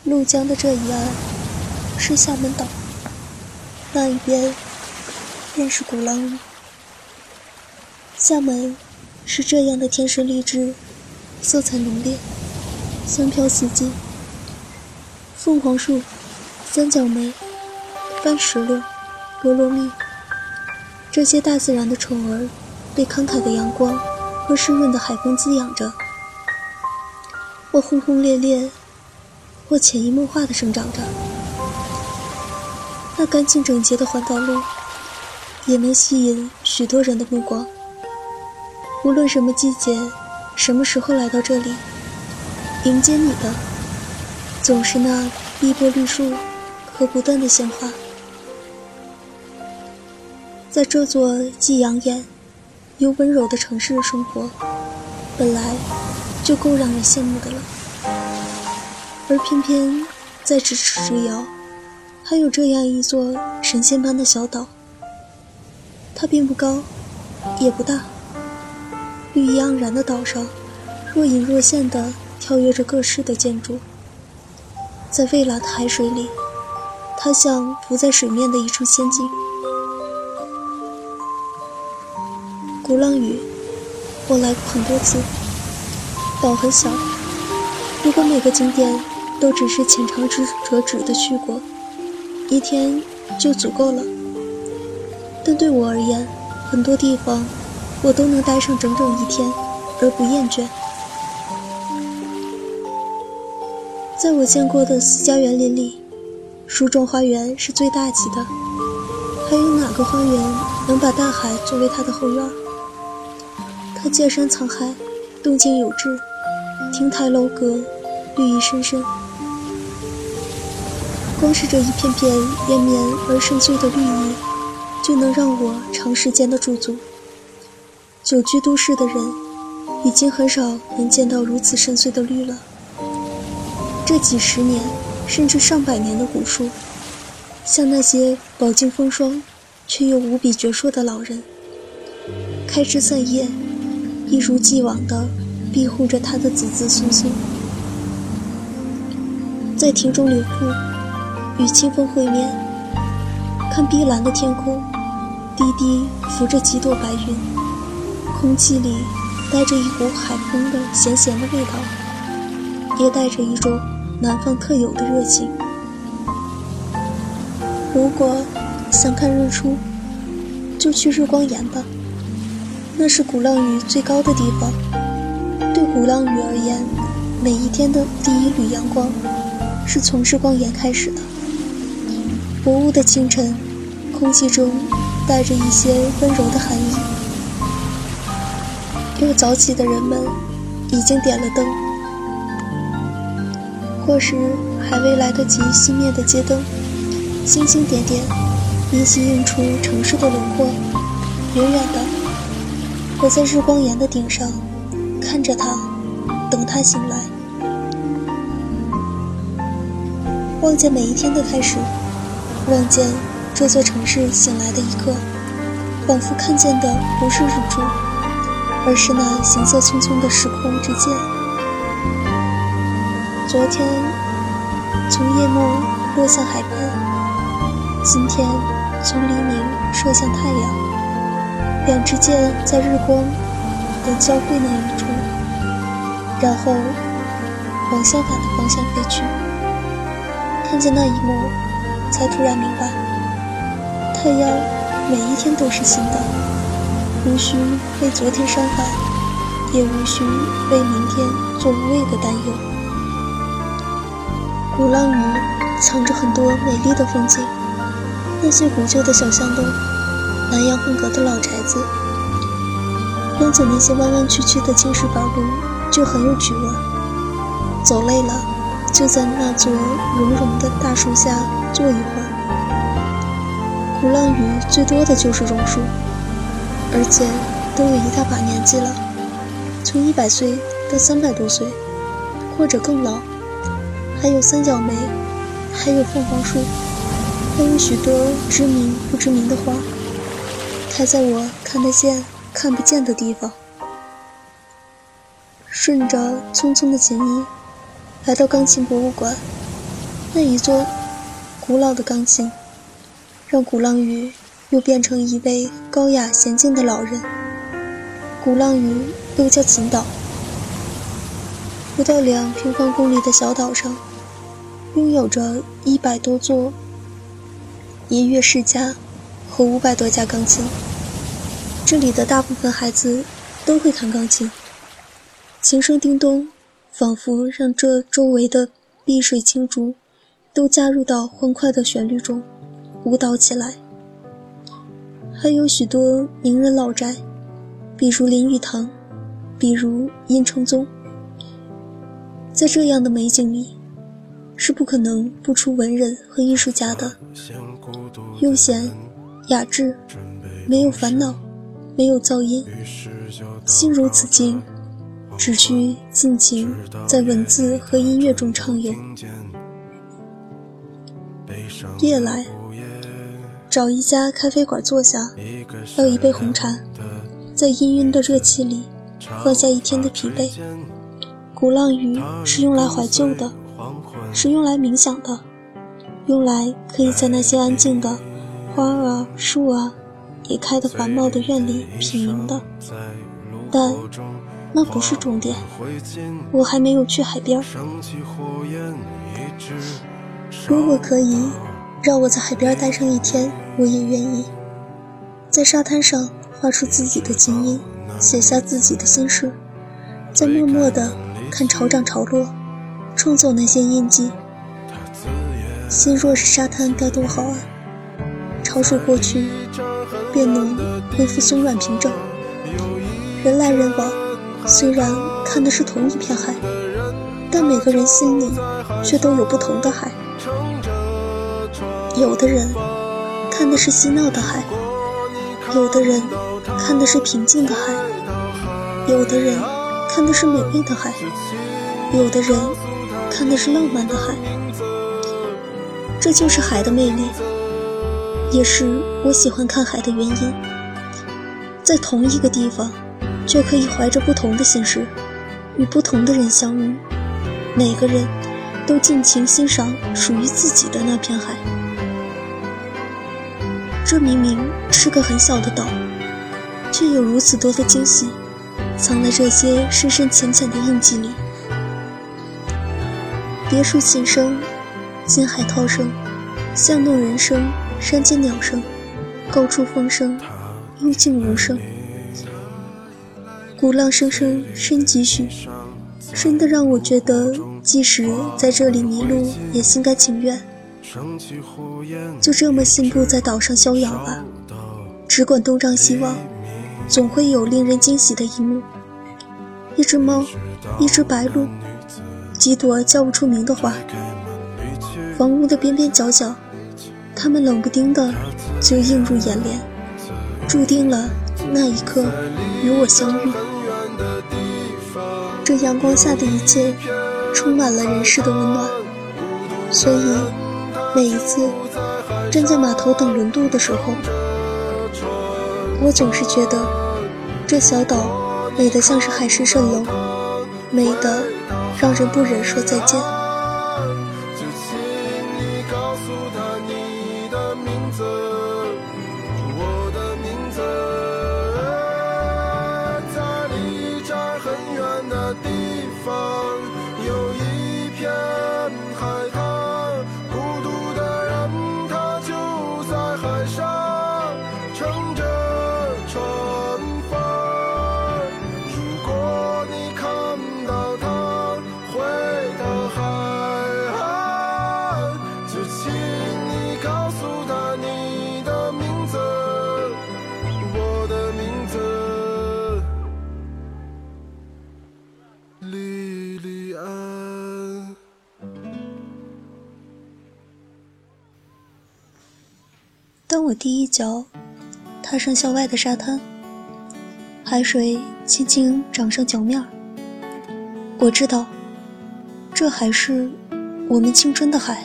怒江的这一岸是厦门岛，那一边便是鼓浪屿。厦门是这样的天生丽质，色彩浓烈，香飘四季。凤凰树、三角梅、番石榴、菠萝蜜，这些大自然的宠儿被慷慨的阳光和湿润的海风滋养着，或轰轰烈烈，或潜移默化地生长着。那干净整洁的环岛路也能吸引许多人的目光。无论什么季节，什么时候来到这里，迎接你的总是那碧波绿树和不断的鲜花。在这座既养眼又温柔的城市生活，本来就够让人羡慕的了，而偏偏在咫尺之遥，还有这样一座神仙般的小岛。它并不高，也不大，绿意盎然的岛上，若隐若现地跳跃着各式的建筑。在蔚蓝的海水里，它像浮在水面的一处仙境。鼓浪屿，我来过很多次，岛很小，如果每个景点都只是浅尝辄止地去过，一天就足够了。但对我而言，很多地方我都能待上整整一天而不厌倦。在我见过的私家园林里，树种花园是最大气的，还有哪个花园能把大海作为它的后院？它借山藏海，动静有致，亭台楼阁，绿意深深。光是这一片片延绵而深邃的绿意，就能让我长时间的驻足。久居都市的人，已经很少能见到如此深邃的绿了。这几十年甚至上百年的古树，像那些饱经风霜却又无比矍铄的老人，开枝散叶，一如既往地庇护着他的子子孙孙。在亭中留步，与清风会面，看碧蓝的天空，低低浮着几朵白云，空气里带着一股海风的咸咸的味道，也带着一种南方特有的热情。如果想看日出，就去日光岩吧，那是鼓浪屿最高的地方。对鼓浪屿而言，每一天的第一缕阳光是从日光岩开始的。薄雾的清晨，空气中带着一些温柔的寒意。又早起的人们已经点了灯，或是还未来得及熄灭的街灯，星星点点，依稀映出城市的轮廓。远远的，我在日光岩的顶上看着它，等它醒来。望见每一天的开始，望见这座城市醒来的一刻，仿佛看见的不是日出，而是那行色匆匆的时空之箭。昨天从夜幕落向海边，今天从黎明射向太阳，两支箭在日光的交汇那一处，然后往相反的方向飞去。看见那一幕，才突然明白，太阳每一天都是新的，无需为昨天伤感，也无需为明天做无谓的担忧。鼓浪屿藏着很多美丽的风景，那些古旧的小巷弄，南洋风格的老宅子，光走那些弯弯曲曲的青石板路就很有趣味。走累了，就在那座绒绒的大树下坐一会儿。鼓浪屿最多的就是榕树，而且都有一大把年纪了，从100岁到300多岁，或者更老。还有三角梅，还有凤凰树，还有许多知名不知名的花，开在我看得见看不见的地方。顺着匆匆的剪影来到钢琴博物馆， 那一座古老的钢琴，让鼓浪屿又变成一位高雅娴静的老人。鼓浪屿又叫琴岛，不到2平方公里的小岛上，拥有着100多座音乐世家和500多架钢琴。这里的大部分孩子都会弹钢琴，琴声叮咚，仿佛让这周围的碧水青竹都加入到欢快的旋律中，舞蹈起来。还有许多名人老宅，比如林语堂，比如殷承宗。在这样的美景里，是不可能不出文人和艺术家的。悠闲雅致，没有烦恼，没有噪音，心如此静，只需尽情在文字和音乐中畅游。夜来，找一家咖啡馆坐下，要一杯红茶，在氤氲的热气里放下一天的疲惫。鼓浪屿是用来怀旧的，是用来冥想的，用来可以在那些安静的花啊树啊也开得繁茂的院里品茗的。但那不是重点，我还没有去海边。如果可以让我在海边待上一天，我也愿意。在沙滩上画出自己的琴音，写下自己的心事，再默默地看潮涨潮落，创造那些印记。心若是沙滩该多好啊，潮水过去，便能恢复松软平整。人来人往，虽然看的是同一片海，但每个人心里却都有不同的海。有的人看的是嬉闹的海，有的人看的是平静的海，有的人看的是美丽的海，有的人看的是浪漫的海。这就是海的魅力，也是我喜欢看海的原因。在同一个地方，却可以怀着不同的心事，与不同的人相遇，每个人都尽情欣赏属于自己的那片海。这明明是个很小的岛，却有如此多的惊喜，藏在这些深深浅浅的印记里。别墅琴声，近海涛声，巷弄人声，山间鸟声，高处风声，幽静无声。鼓浪声声深几许，深得让我觉得即使在这里迷路也心甘情愿。就这么信步在岛上逍遥吧，只管东张西望，总会有令人惊喜的一幕。一只猫，一只白鹭，几朵叫不出名的花，房屋的边边角角，它们冷不丁的就映入眼帘，注定了那一刻与我相遇。这阳光下的一切充满了人世的温暖，所以每一次站在码头等轮渡的时候，我总是觉得这小岛美得像是海市蜃楼，美得让人不忍说再见。 就请你告诉他你的名字，我的名字。在离这儿很远的地方，有一片海滩，孤独的人他就在海上乘着船帆。如果你看到他回到海岸，就请你告诉他你的名字，我的名字，莉莉安。 当我第一脚踏上校外的沙滩，海水轻轻涨上脚面，我知道这还是我们青春的海。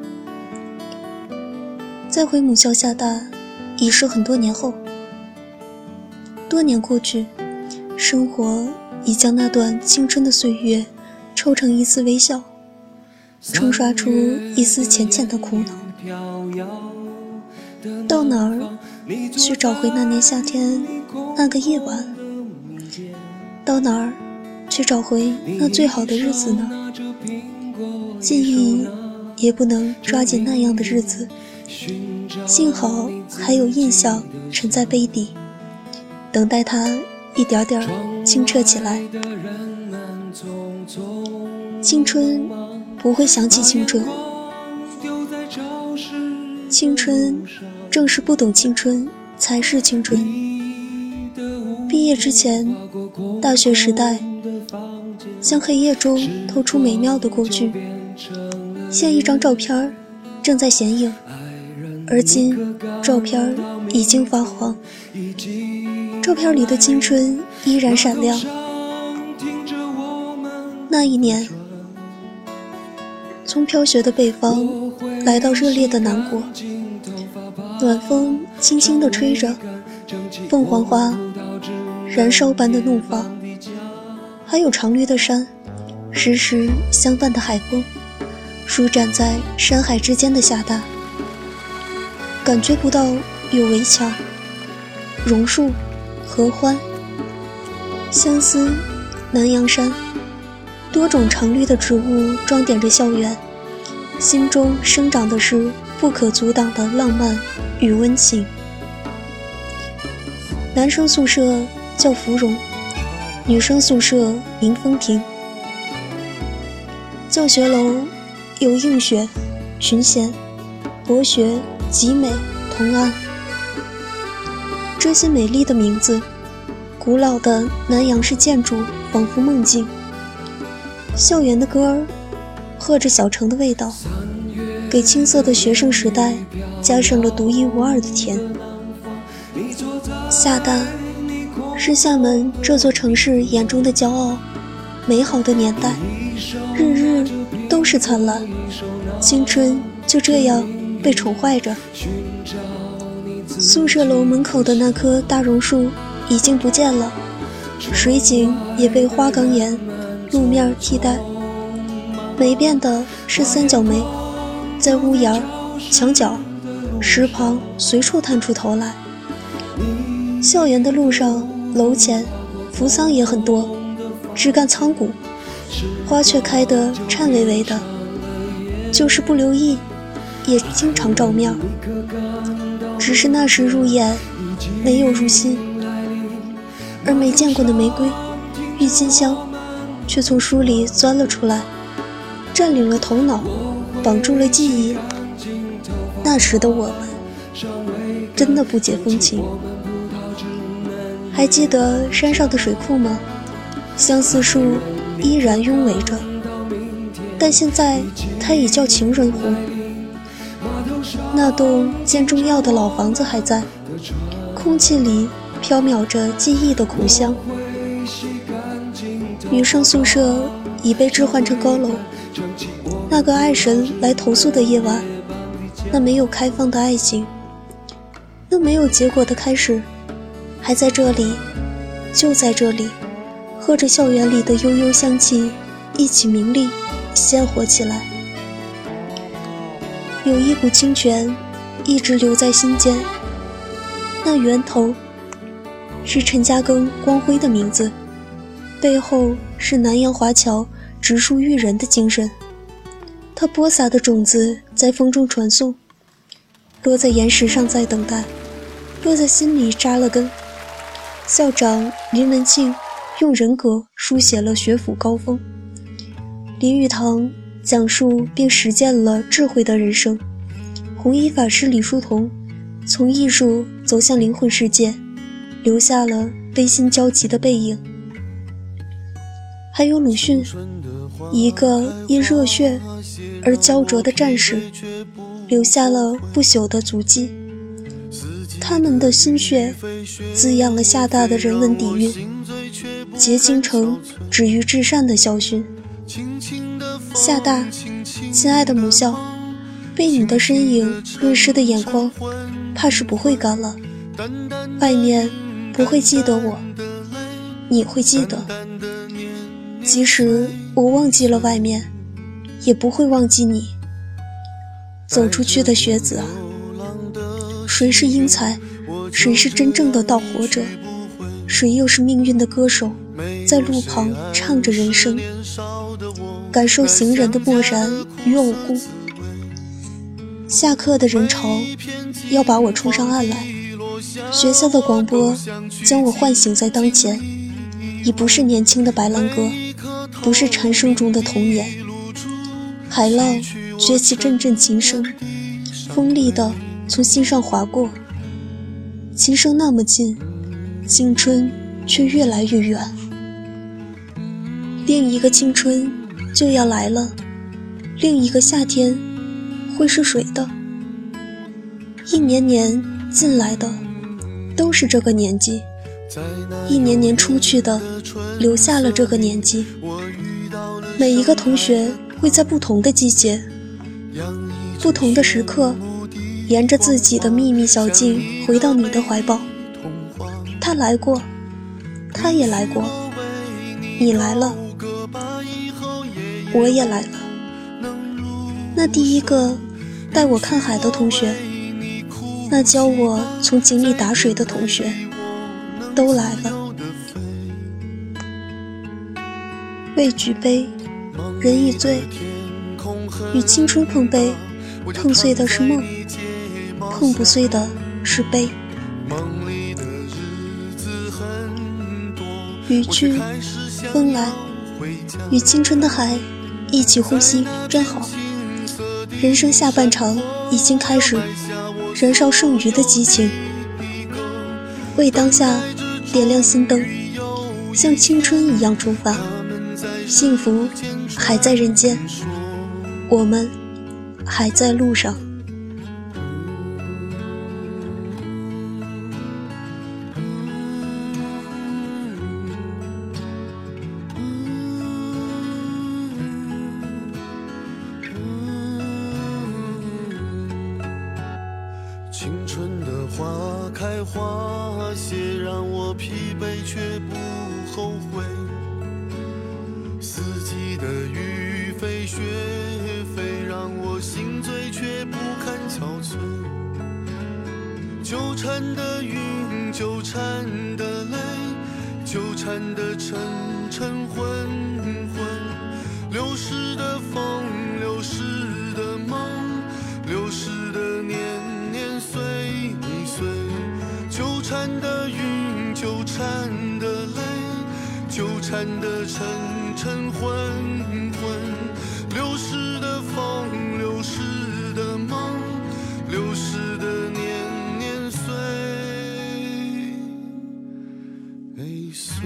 再回母校厦大已是很多年后，多年过去，生活已将那段青春的岁月抽成一丝微笑。 冲刷出一丝浅浅的苦恼。到哪儿去找回那年夏天那个夜晚？到哪儿去找回那最好的日子呢？记忆也不能抓紧那样的日子，幸好还有印象沉在杯底，等待它一点点清澈起来。青春不会想起青春，青春正是不懂青春才是青春。毕业之前，大学时代像黑夜中透出美妙的过去，像一张照片正在显影，而今照片已经发黄，照片里的青春依然闪亮。那一年，从飘雪的北方来到热烈的南国，暖风轻轻地吹着，凤凰花燃烧般的怒放，还有常绿的山，时时相伴的海风，舒展在山海之间的厦大，感觉不到有围墙、榕树、合欢、相思、南洋山，多种常绿的植物装点着校园，心中生长的是不可阻挡的浪漫与温情。男生宿舍叫芙蓉，女生宿舍名风亭。教学楼有映雪、群贤、博学、集美、同安，这些美丽的名字，古老的南洋式建筑仿佛梦境。校园的歌儿和着小城的味道，给青涩的学生时代加上了独一无二的甜。厦大是厦门这座城市眼中的骄傲，美好的年代，日日都是灿烂，青春就这样被宠坏着。宿舍楼门口的那棵大榕树已经不见了，水井也被花岗岩路面替代，没变的是三角梅，在屋檐、墙角、石旁随处探出头来。校园的路上、楼前扶桑也很多，枝干苍古，花却开得颤巍巍的，就是不留意也经常照面，只是那时入眼没有入心，而没见过的玫瑰、郁金香却从书里钻了出来，占领了头脑，绑住了记忆。那时的我们真的不解风情。还记得山上的水库吗？相思树依然拥围着，但现在它已叫情人湖。那栋建中药的老房子还在，空气里飘渺着记忆的苦香。女生宿舍已被置换成高楼，那个爱神来投诉的夜晚，那没有开放的爱情，那没有结果的开始，还在这里，就在这里，喝着校园里的悠悠香气，一起明丽鲜活起来。有一股清泉一直留在心间，那源头是陈嘉庚光辉的名字，背后是南洋华侨植树育人的精神。他播撒的种子在风中传颂，落在岩石上在等待，落在心里扎了根。校长林文庆用人格书写了学府高峰，林语堂讲述并实践了智慧的人生，弘一法师李叔同从艺术走向灵魂世界，留下了悲心交集的背影。还有鲁迅，一个因热血而焦灼的战士，留下了不朽的足迹。他们的心血滋养了厦大的人文底蕴，结晶成止于至善的校训。厦大，亲爱的母校，被你的身影润湿的眼眶，怕是不会干了。外面不会记得我，你会记得。即使我忘记了外面， 也不会忘记你。走出去的学子啊，谁是英才，谁是真正的盗火者，谁又是命运的歌手，在路旁唱着人生，感受行人的漠然与偶故。下课的人潮要把我冲上岸来，学校的广播将我唤醒在当前，已不是年轻的白兰鸽，不是蝉声中的童颜。海浪崛起阵阵琴声，锋利的从心上划过，琴声那么近，青春却越来越远。另一个青春就要来了，另一个夏天会是谁的？一年年进来的都是这个年纪，一年年出去的留下了这个年纪。每一个同学会在不同的季节，不同的时刻，沿着自己的秘密小径回到你的怀抱。他来过，他也来过，你来了，我也来了。那第一个带我看海的同学，那教我从井里打水的同学，都来了。未举杯，人已醉，与青春碰杯，碰碎的是梦，碰不碎的是悲。雨去，风来，与青春的海一起呼吸，真好。人生下半场已经开始，燃烧剩余的激情，为当下点亮心灯，像青春一样出发。幸福还在人间，我们还在路上。 青春的花开花谢，让我疲惫却不后悔。四季的雨飞雪飞，让我心醉却不堪憔悴。纠缠的云，纠缠的泪，纠缠的沉沉昏昏，流逝的风，流逝的梦，流逝的年年岁岁，纠缠的云，纠缠的泪，纠缠的沉沉昏昏，流逝的风，流逝的梦，流逝的年年岁岁。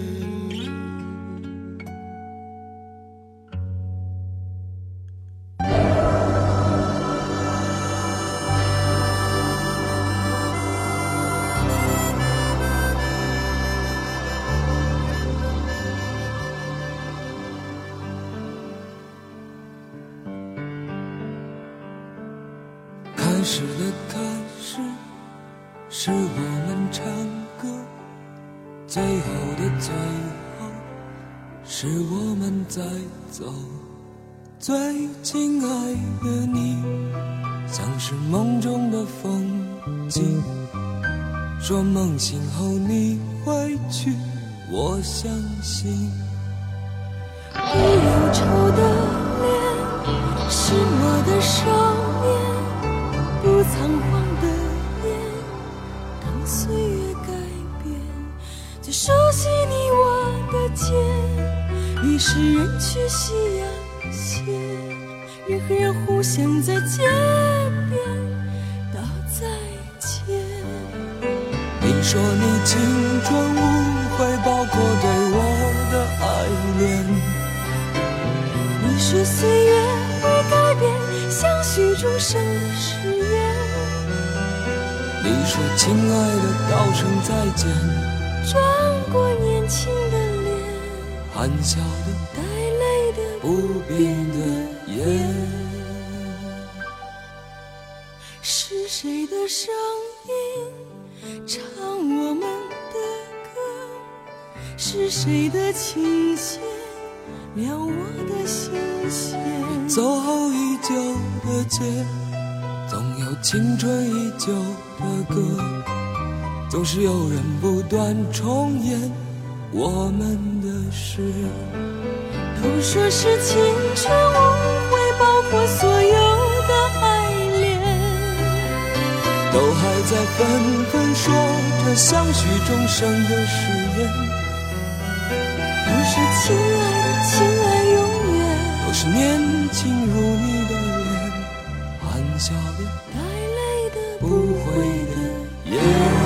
开始的开始，是我们唱歌；最后的最后，是我们在走。最亲爱的你，像是梦中的风景。说梦醒后你会去，我相信。 你忧愁的脸，是我的少年。不仓皇的眼，当岁月改变，最熟悉你我的肩，已是人去夕阳斜，人和人互相在街边道再见。 你说你青春无悔，包括对我的爱恋。 你说岁月会改变，相许终生的誓言。 你说亲爱的道声再见， 转过年轻的脸， 含笑的带泪的不变的眼。 是谁的声音唱我们的歌？是谁的琴弦亮我的心弦。 走后已久的街，总有青春依旧的歌，总是有人不断重演我们的事。 都说是青春无悔，包括所有的爱恋， 都还在纷纷说着相许终生的誓言。 都是亲爱的，亲爱永远， 都是年轻如你的脸，含笑的带泪的不悔的眼。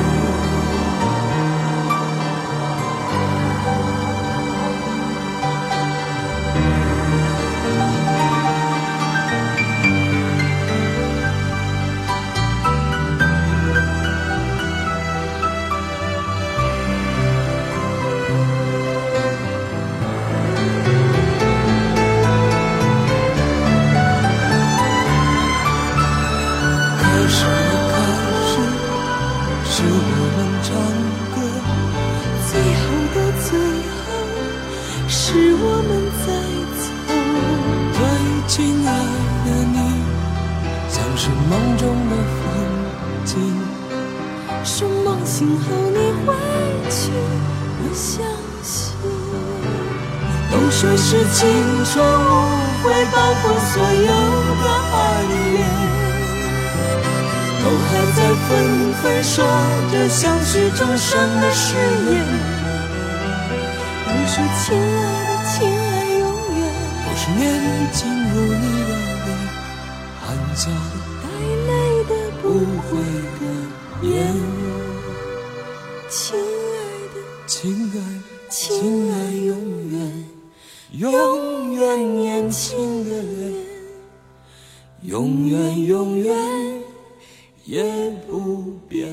是我们唱歌， 最后的最后，是我们在走。 最亲爱的你，像是梦中的风景。 说梦醒后你会去，我相信。 都说是青春无悔，包括所有的爱恋，都还在纷纷说着相许终生的誓言。 都说亲爱的，亲爱永远， 都是年轻如你的脸，含笑的带泪的不不悔悔的眼。 亲爱的， 亲爱的， 亲爱永远， 永远年轻的脸，永远永远也不变。